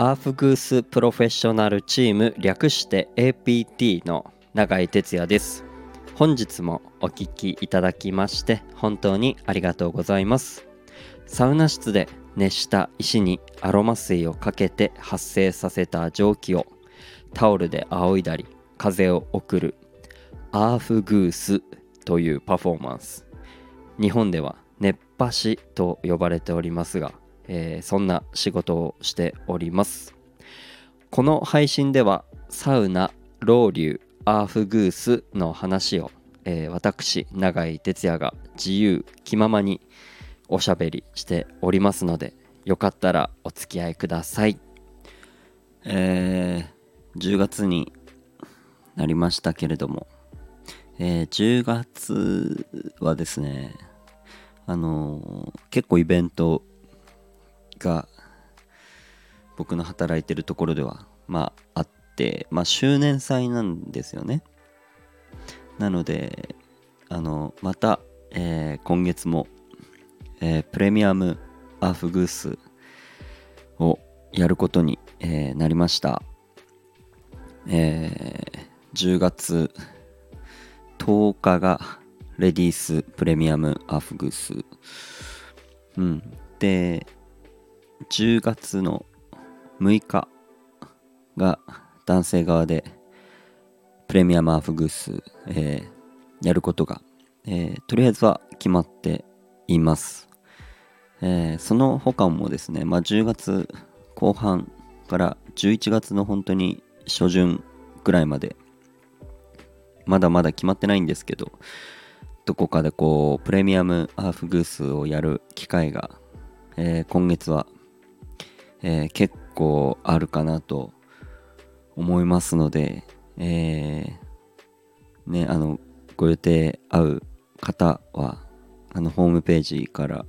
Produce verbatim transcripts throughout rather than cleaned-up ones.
アーフグースプロフェッショナルチーム略して エーピーティー の永井哲也です。本日もお聞きいただきまして本当にありがとうございます。サウナ室で熱した石にアロマ水をかけて発生させた蒸気をタオルで仰いだり風を送るアーフグースというパフォーマンス、日本では熱波師と呼ばれておりますが、えー、そんな仕事をしております。この配信ではサウナ、ロウリュ、アーフグースの話を、えー、私永井哲也が自由気ままにおしゃべりしておりますので、よかったらお付き合いください。えー、じゅうがつになりましたけれども、えー、じゅうがつはですね、あのー、結構イベントが僕の働いてるところではまああって、まあ周年祭なんですよね。なのであのまた、えー、今月も、えー、プレミアムアーフグースをやることに、えー、なりました。えー、じゅうがつとおかがレディースプレミアムアーフグース、うん、でじゅうがつのむいかが男性側でプレミアムアーフグース、えー、やることが、えー、とりあえずは決まっています。えー、その他もですね、まあ、じゅうがつこう半からじゅういちがつの本当に初旬ぐらいまでまだまだ決まってないんですけど、どこかでこうプレミアムアーフグースをやる機会が、えー、今月は、えー、結構あるかなと思いますので、えー、ね、あのご予定合う方はあのホームページから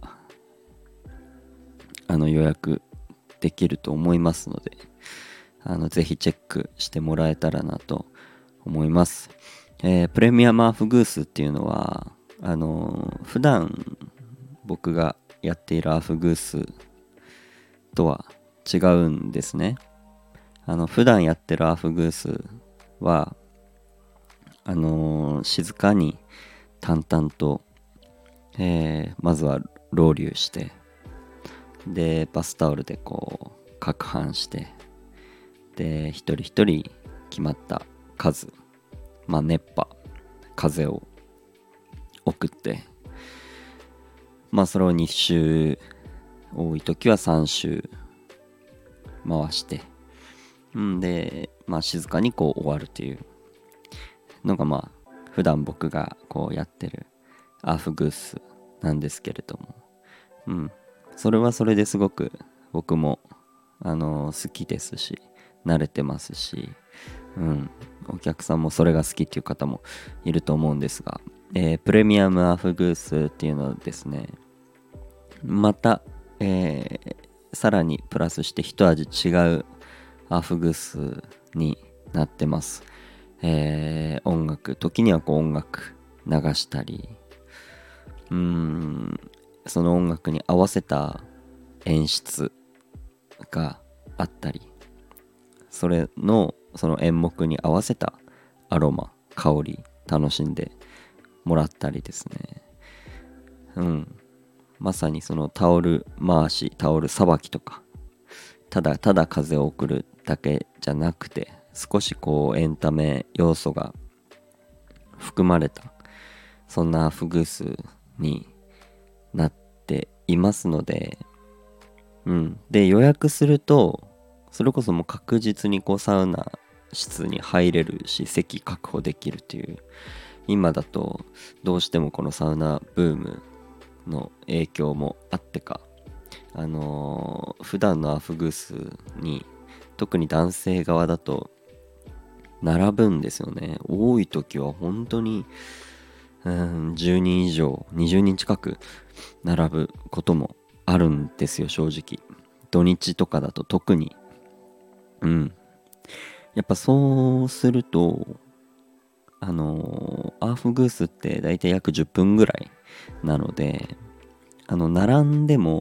あの予約できると思いますので、あのぜひチェックしてもらえたらなと思います。えー、プレミアムアーフグースっていうのはあのー、普段僕がやっているアーフグースとは違うんですね。あの普段やってるアーフグースはあのー、静かに淡々と、えー、まずはロウリュして、でバスタオルでこう攪拌して、で一人一人決まった数、まあ熱波風を送って、まあそれをに周、多い時はさん周回して、んでまあ静かにこう終わるというのがまあ普段僕がこうやってるアーフグースなんですけれども、うん、それはそれですごく僕もあのー、好きですし慣れてますし、うん、お客さんもそれが好きっていう方もいると思うんですが、えー、プレミアムアーフグースっていうのはですね、また、えー、さらにプラスして一味違うアーフグースになってます。えー、音楽時にはこう音楽流したり、うーんその音楽に合わせた演出があったり、それのその演目に合わせたアロマ香り楽しんでもらったりですね、うんまさにそのタオル回しタオルさばきとか、ただただ風を送るだけじゃなくて少しこうエンタメ要素が含まれたそんなアーフグースになっていますので、うん、で予約するとそれこそもう確実にこうサウナ室に入れるし席確保できるという、今だとどうしてもこのサウナブームの影響もあってか、あのー、普段のアーフグースに特に男性側だと並ぶんですよね。多い時は本当にうんじゅうにん以上にじゅうにん近く並ぶこともあるんですよ、正直。土日とかだと特に。うんやっぱそうするとあのー、アーフグースってだいたい約じゅっぷんぐらいなので、あの並んでも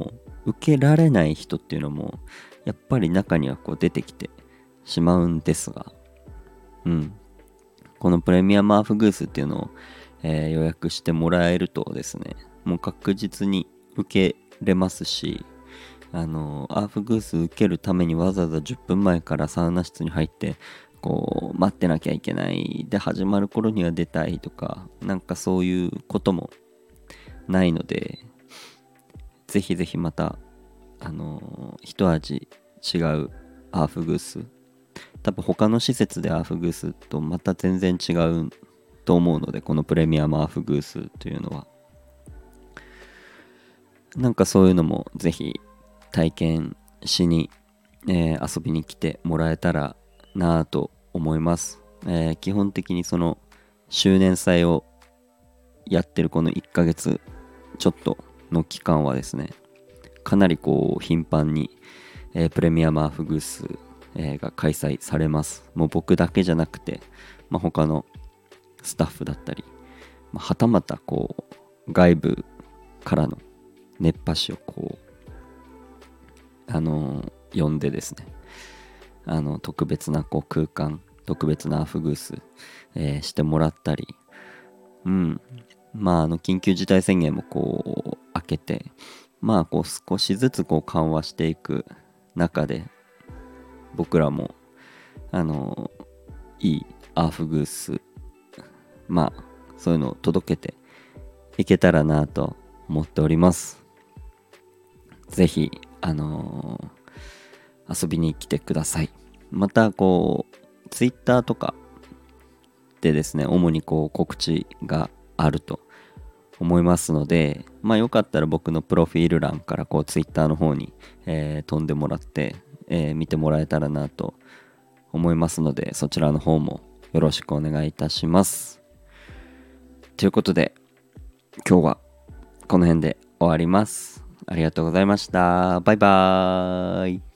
受けられない人っていうのもやっぱり中にはこう出てきてしまうんですが、うん、このプレミアムアーフグースっていうのを、えー予約してもらえるとですね、もう確実に受けれますし、あのアーフグース受けるためにわざわざじゅっぷんまえからサウナ室に入ってこう待ってなきゃいけないで、始まる頃には出たいとか、なんかそういうこともないので、ぜひぜひまたあの一味違うアーフグース、多分他の施設でアーフグースとまた全然違うと思うので、このプレミアムアーフグースというのはなんかそういうのもぜひ体験しに、えー遊びに来てもらえたらなぁと思います。えー基本的にその周年祭をやってるこのいっかげつちょっとの期間はですね、かなりこう頻繁に、えープレミアムアーフグース、えーが開催されます。もう僕だけじゃなくて、まあ、他のスタッフだったり、まあはたまたこう外部からの熱波師をこうあのー呼んでですね、あの特別なこう空間、特別なアーフグース、えーしてもらったり、うんまああの緊急事態宣言もこう明けて、まあこう少しずつこう緩和していく中で、僕らもあのいいアーフグース、まあそういうのを届けていけたらなと思っております。ぜひあのー遊びに来てください。またこうツイッターとかでですね、主にこう告知があると思いますので、まあよかったら僕のプロフィール欄からこうツイッターの方に、えー飛んでもらって、えー見てもらえたらなと思いますので、そちらの方もよろしくお願いいたします。ということで今日はこの辺で終わります。ありがとうございました。バイバーイ。